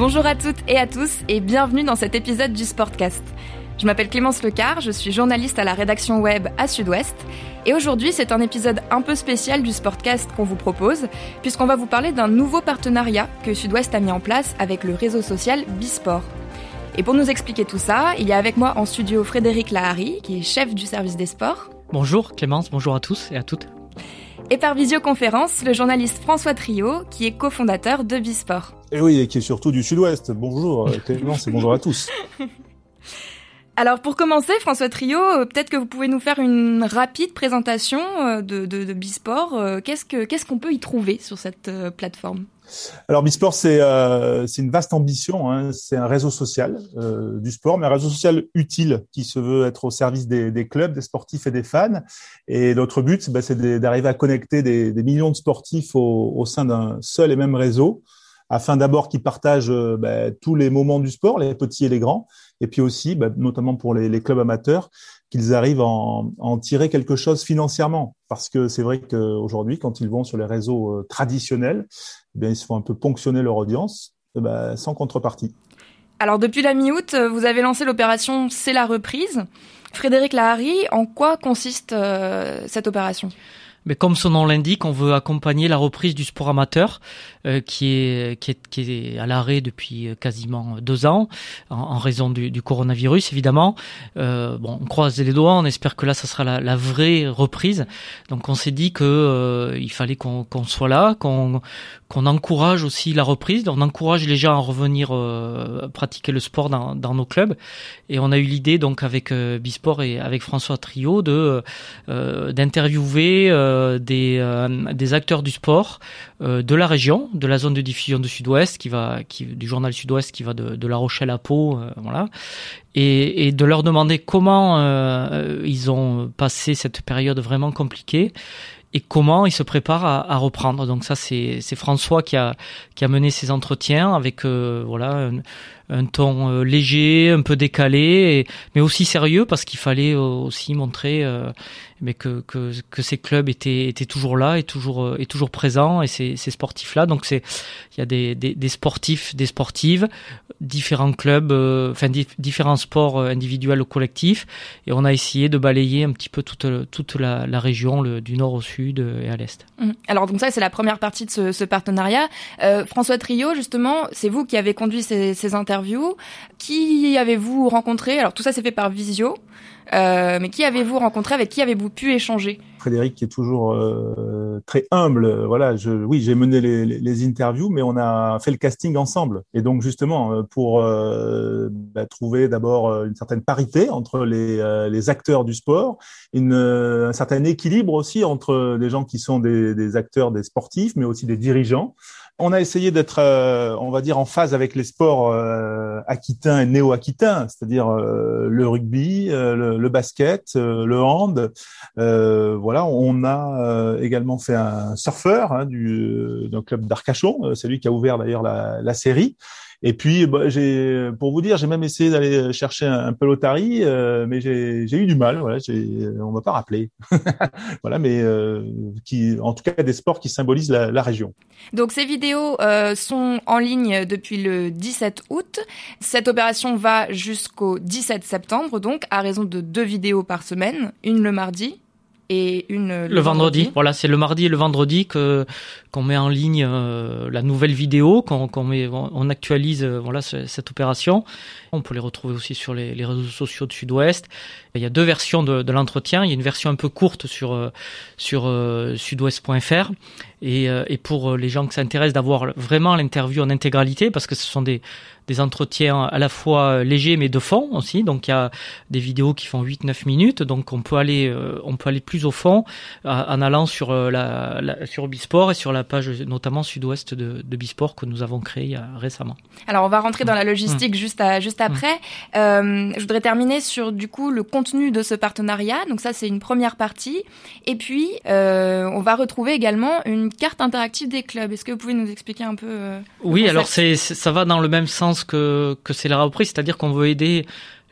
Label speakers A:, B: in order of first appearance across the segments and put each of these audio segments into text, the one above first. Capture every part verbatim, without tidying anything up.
A: Bonjour à toutes et à tous et bienvenue dans cet épisode du Sportcast. Je m'appelle Clémence Lecard, je suis journaliste à la rédaction web à Sud-Ouest et aujourd'hui c'est un épisode un peu spécial du Sportcast qu'on vous propose puisqu'on va vous parler d'un nouveau partenariat que Sud-Ouest a mis en place avec le réseau social Bisport. Et pour nous expliquer tout ça, il y a avec moi en studio Frédéric Lahari qui est chef du service des sports.
B: Bonjour Clémence, bonjour à tous et à toutes.
A: Et par visioconférence, le journaliste François Trio, qui est cofondateur de Bisport.
C: Et oui, et qui est surtout du Sud-Ouest. Bonjour Clémence et bonjour à tous.
A: Alors pour commencer, François Trio, peut-être que vous pouvez nous faire une rapide présentation de, de, de Bisport. Qu'est-ce, que, qu'est-ce qu'on peut y trouver sur cette plateforme ?
C: Alors Bisport, c'est, euh, c'est une vaste ambition, hein. C'est un réseau social euh, du sport, mais un réseau social utile qui se veut être au service des, des clubs, des sportifs et des fans. Et notre but, bah, c'est d'arriver à connecter des, des millions de sportifs au, au sein d'un seul et même réseau, afin d'abord qu'ils partagent euh, bah, tous les moments du sport, les petits et les grands, et puis aussi, bah, notamment pour les, les clubs amateurs, qu'ils arrivent à en, à en tirer quelque chose financièrement. Parce que c'est vrai qu'aujourd'hui, quand ils vont sur les réseaux euh, traditionnels, eh bien, ils se font un peu ponctionner leur audience, eh ben, sans contrepartie.
A: Alors depuis la mi-août, vous avez lancé l'opération C'est la reprise. Frédéric Lahari, en quoi consiste euh, cette opération ?
B: Mais comme son nom l'indique, on veut accompagner la reprise du sport amateur euh, qui est qui est qui est à l'arrêt depuis quasiment deux ans en, en raison du, du coronavirus évidemment. Euh, bon, on croise les doigts, on espère que là ça sera la, la vraie reprise. Donc on s'est dit que euh, il fallait qu'on, qu'on soit là, qu'on qu'on encourage aussi la reprise. On encourage les gens à revenir euh, pratiquer le sport dans dans nos clubs. Et on a eu l'idée donc avec euh, Bisport et avec François Trio de euh, d'interviewer euh, des euh, des acteurs du sport euh, de la région, de la zone de diffusion du Sud-Ouest, qui va qui du journal Sud-Ouest qui va de de La Rochelle à Pau, euh, voilà, et et de leur demander comment euh, ils ont passé cette période vraiment compliquée et comment ils se préparent à, à reprendre. Donc ça c'est c'est François qui a qui a mené ces entretiens avec euh, voilà un, un ton euh, léger, un peu décalé, et, mais aussi sérieux parce qu'il fallait euh, aussi montrer euh, mais que que que ces clubs étaient étaient toujours là et toujours euh, et toujours présents, et ces ces sportifs là. Donc c'est il y a des des des sportifs, des sportives, différents clubs, euh, enfin di- différents sports euh, individuels ou collectifs, et on a essayé de balayer un petit peu toute toute la la région, le, du nord au sud et à l'est.
A: Alors donc ça c'est la première partie de ce, ce partenariat. Euh, François Trio, justement, c'est vous qui avez conduit ces, ces interviews. Qui avez-vous rencontré ? Alors tout ça c'est fait par visio, euh, mais qui avez-vous rencontré ? Avec qui avez-vous pu échanger ?
C: Frédéric qui est toujours euh, très humble. Voilà, je, oui, j'ai mené les, les, les interviews, mais on a fait le casting ensemble. Et donc justement pour euh, bah, trouver d'abord une certaine parité entre les, euh, les acteurs du sport, une, un certain équilibre aussi entre des gens qui sont des, des acteurs, des sportifs, mais aussi des dirigeants. On a essayé d'être, euh, on va dire, en phase avec les sports euh, aquitains et néo-aquitains, c'est-à-dire euh, le rugby, euh, le, le basket, euh, le hand. Euh, voilà, on a euh, également fait un surfeur hein, du d'un club d'Arcachon. C'est lui qui a ouvert d'ailleurs la, la série. Et puis, bah, j'ai, pour vous dire, j'ai même essayé d'aller chercher un, un pelotari, euh, mais j'ai, j'ai eu du mal. Voilà, j'ai, on m'a pas rappelé. Voilà, mais euh, qui, en tout cas, des sports qui symbolisent la, la région.
A: Donc ces vidéos euh, sont en ligne depuis le dix-sept août. Cette opération va jusqu'au dix-sept septembre, donc à raison de deux vidéos par semaine, une le mardi et une le,
B: le vendredi.
A: vendredi.
B: Voilà, c'est le mardi et le vendredi que qu'on met en ligne euh, la nouvelle vidéo, qu'on, qu'on met, on actualise euh, voilà ce, cette opération. On peut les retrouver aussi sur les, les réseaux sociaux de Sud-Ouest. Il y a deux versions de, de l'entretien. Il y a une version un peu courte sur euh, sur euh, sudouest point f r et, euh, et pour les gens qui s'intéressent d'avoir vraiment l'interview en intégralité, parce que ce sont des des entretiens à la fois légers mais de fond aussi. Donc il y a des vidéos qui font huit neuf minutes, donc on peut aller euh, on peut aller plus au fond en allant sur euh, la, la sur Bisport et sur la page notamment Sud-Ouest de, de Bisport que nous avons créée il y a récemment.
A: Alors on va rentrer dans la logistique mmh. juste à, juste après. Mmh. Euh, je voudrais terminer sur du coup le contenu de ce partenariat. Donc ça c'est une première partie. Et puis euh, on va retrouver également une carte interactive des clubs. Est-ce que vous pouvez nous expliquer un peu euh,
B: Oui, alors c'est, c'est ça va dans le même sens que que c'est la reprise, c'est-à-dire qu'on veut aider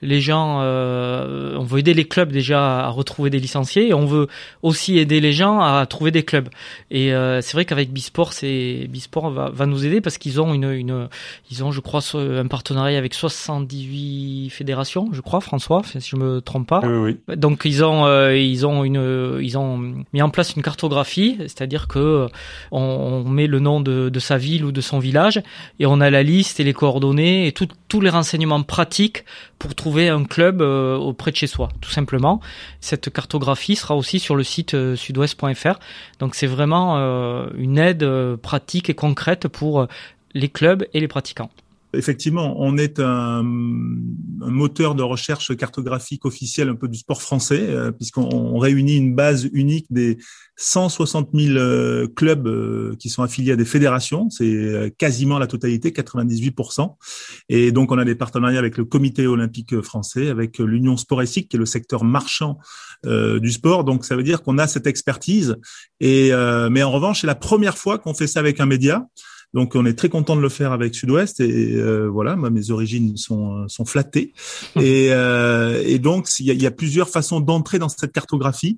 B: les gens, euh, on veut aider les clubs déjà à retrouver des licenciés et on veut aussi aider les gens à trouver des clubs. Et euh, c'est vrai qu'avec Bisport, c'est Bisport va, va nous aider parce qu'ils ont une, une, ils ont, je crois, un partenariat avec soixante-dix-huit fédérations, je crois, François, si je me trompe pas.
C: Oui, oui.
B: Donc ils ont, euh, ils ont une, ils ont mis en place une cartographie, c'est-à-dire que on, on met le nom de, de sa ville ou de son village et on a la liste et les coordonnées et tout, tous les renseignements pratiques pour trouver un club euh, auprès de chez soi, tout simplement. Cette cartographie sera aussi sur le site euh, sudouest point f r. Donc c'est vraiment euh, une aide euh, pratique et concrète pour les clubs et les pratiquants.
C: Effectivement, on est un, un moteur de recherche cartographique officiel un peu du sport français, euh, puisqu'on on réunit une base unique des cent soixante mille euh, clubs euh, qui sont affiliés à des fédérations. C'est euh, quasiment la totalité, quatre-vingt-dix-huit pour cent. Et donc, on a des partenariats avec le Comité olympique français, avec l'Union Sport et Cycle, qui est le secteur marchand euh, du sport. Donc, ça veut dire qu'on a cette expertise. Et euh, mais en revanche, c'est la première fois qu'on fait ça avec un média. Donc, on est très content de le faire avec Sud-Ouest et euh, voilà, moi, mes origines sont sont flattées et euh, et donc il y a, il y a plusieurs façons d'entrer dans cette cartographie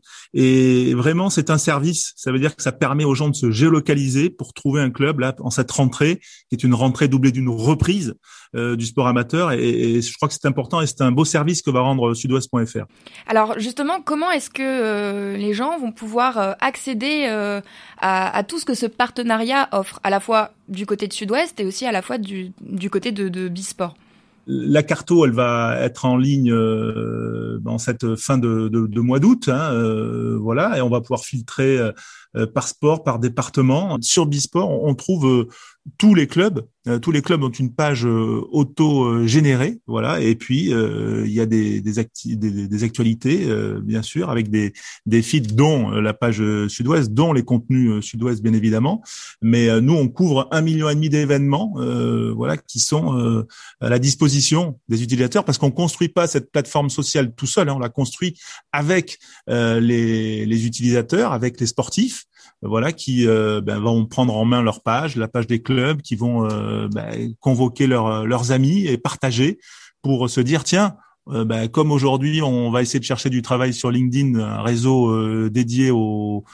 C: et vraiment c'est un service. Ça veut dire que ça permet aux gens de se géolocaliser pour trouver un club là en cette rentrée qui est une rentrée doublée d'une reprise euh, du sport amateur et, et je crois que c'est important et c'est un beau service que va rendre sudouest point f r.
A: Alors justement, comment est-ce que euh, les gens vont pouvoir euh, accéder euh, à, à tout ce que ce partenariat offre, à la fois du côté de Sud-Ouest et aussi à la fois du, du côté de, de Bisport?
C: La carto, elle va être en ligne euh, dans cette fin de, de, de mois d'août, hein, euh, voilà, et on va pouvoir filtrer euh, par sport, par département. Sur Bisport, on trouve euh, tous les clubs. Euh, tous les clubs ont une page euh, auto-générée, voilà, et puis euh, il y a des des, acti- des, des actualités, euh, bien sûr, avec des des feeds, dont la page euh, Sud-Ouest, dont les contenus euh, Sud-Ouest, bien évidemment. Mais euh, nous, on couvre un million et demi d'événements, euh, voilà, qui sont euh, à la disposition des utilisateurs, parce qu'on construit pas cette plateforme sociale tout seul, hein, on la construit avec euh, les les utilisateurs, avec les sportifs. Voilà, qui euh, ben, vont prendre en main leur page, la page des clubs, qui vont euh, ben, convoquer leurs leurs amis et partager pour se dire tiens, euh, ben, comme aujourd'hui on va essayer de chercher du travail sur LinkedIn, un réseau euh, dédié au,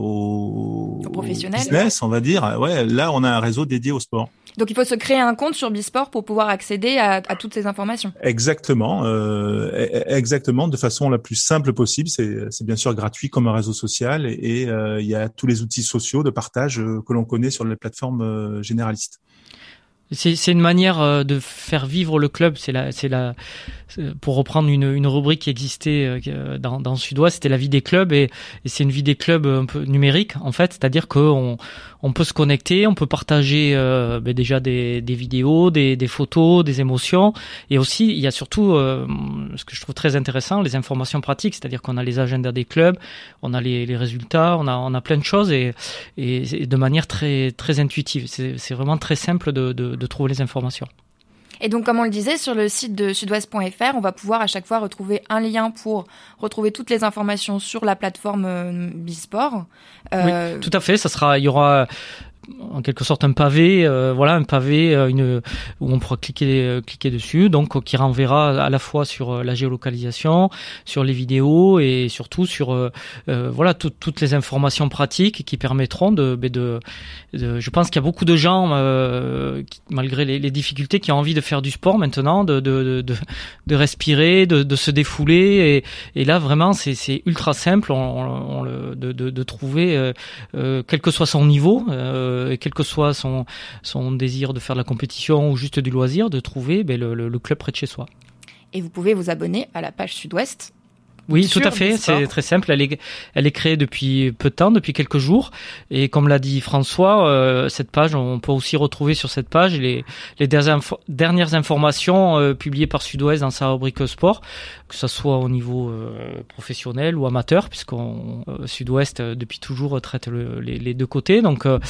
C: au,
A: au professionnel,
C: au business, on va dire. Ouais, là on a un réseau dédié au sport.
A: Donc il faut se créer un compte sur Bisport pour pouvoir accéder à, à toutes ces informations.
C: Exactement, euh, exactement, de façon la plus simple possible. C'est, c'est bien sûr gratuit comme un réseau social et, et euh, il y a tous les outils sociaux de partage euh, que l'on connaît sur les plateformes euh, généralistes.
B: C'est, c'est une manière de faire vivre le club. C'est la, c'est la, pour reprendre une, une rubrique qui existait dans, dans Sud-Ouest, c'était la vie des clubs et, et c'est une vie des clubs un peu numérique en fait. C'est-à-dire qu'on on peut se connecter, on peut partager euh, ben déjà des, des vidéos, des, des photos, des émotions et aussi il y a surtout euh, ce que je trouve très intéressant, les informations pratiques. C'est-à-dire qu'on a les agendas des clubs, on a les, les résultats, on a, on a plein de choses et, et, et de manière très, très intuitive. C'est, c'est vraiment très simple de, de de trouver les informations.
A: Et donc, comme on le disait, sur le site de sudouest point f r, on va pouvoir à chaque fois retrouver un lien pour retrouver toutes les informations sur la plateforme euh, Bisport.
B: Euh... Oui, tout à fait. Ça sera, il y aura en quelque sorte un pavé, euh, voilà, un pavé, euh, une où on pourra cliquer, euh, cliquer dessus, donc euh, qui renverra à la fois sur euh, la géolocalisation, sur les vidéos et surtout sur, euh, euh, voilà, tout, toutes les informations pratiques qui permettront de, de, de, de je pense qu'il y a beaucoup de gens, euh, qui, malgré les, les difficultés, qui ont envie de faire du sport maintenant, de, de, de, de respirer, de, de se défouler, et, et là vraiment c'est, c'est ultra simple, on, on, on le, de, de, de trouver, euh, euh, quel que soit son niveau. Euh, et quel que soit son, son désir de faire de la compétition ou juste du loisir, de trouver ben, le, le, le club près de chez soi.
A: Et vous pouvez vous abonner à la page Sud-Ouest.
B: Oui, tout à fait. C'est très simple. Elle est, elle est créée depuis peu de temps, depuis quelques jours. Et comme l'a dit François, euh, cette page, on peut aussi retrouver sur cette page les, les dernières, info- dernières informations euh, publiées par Sud-Ouest dans sa rubrique sport, que ce soit au niveau euh, professionnel ou amateur, puisqu'on euh, Sud-Ouest euh, depuis toujours traite le, les, les deux côtés. Donc, euh,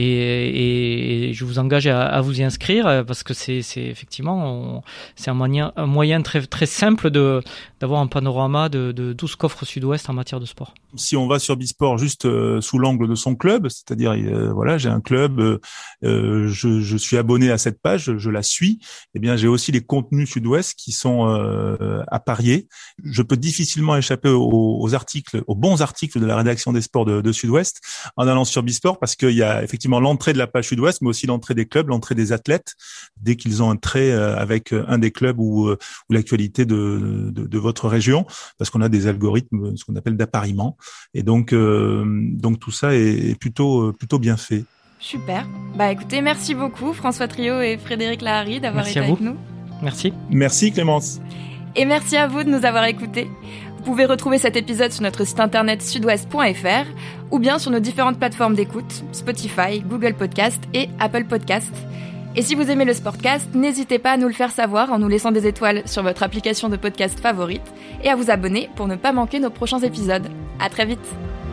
B: et, et je vous engage à, à vous y inscrire euh, parce que c'est, c'est effectivement, on, c'est un moyen, un moyen très, très simple de d'avoir un panorama de de, de tout ce qu'offre Sud-Ouest en matière de sport.
C: Si on va sur Bisport juste euh, sous l'angle de son club, c'est-à-dire euh, voilà, j'ai un club, euh, euh, je, je suis abonné à cette page, je, je la suis. Eh bien, j'ai aussi les contenus Sud-Ouest qui sont euh, à parier. Je peux difficilement échapper aux, aux articles, aux bons articles de la rédaction des sports de, de Sud-Ouest en allant sur Bisport, parce qu'il y a effectivement l'entrée de la page Sud-Ouest, mais aussi l'entrée des clubs, l'entrée des athlètes, dès qu'ils ont un trait euh, avec un des clubs ou, ou l'actualité de, de, de votre région, parce qu'on a des algorithmes, ce qu'on appelle d'appariement. Et donc, euh, donc tout ça est plutôt, plutôt bien fait.
A: Super. Bah écoutez, merci beaucoup François Triot et Frédéric Lahari d'avoir
B: merci
A: été avec nous.
B: Merci.
C: Merci Clémence.
A: Et merci à vous de nous avoir écoutés. Vous pouvez retrouver cet épisode sur notre site internet sudouest point f r ou bien sur nos différentes plateformes d'écoute, Spotify, Google Podcast et Apple Podcast. Et si vous aimez le Sportcast, n'hésitez pas à nous le faire savoir en nous laissant des étoiles sur votre application de podcast favorite et à vous abonner pour ne pas manquer nos prochains épisodes. À très vite.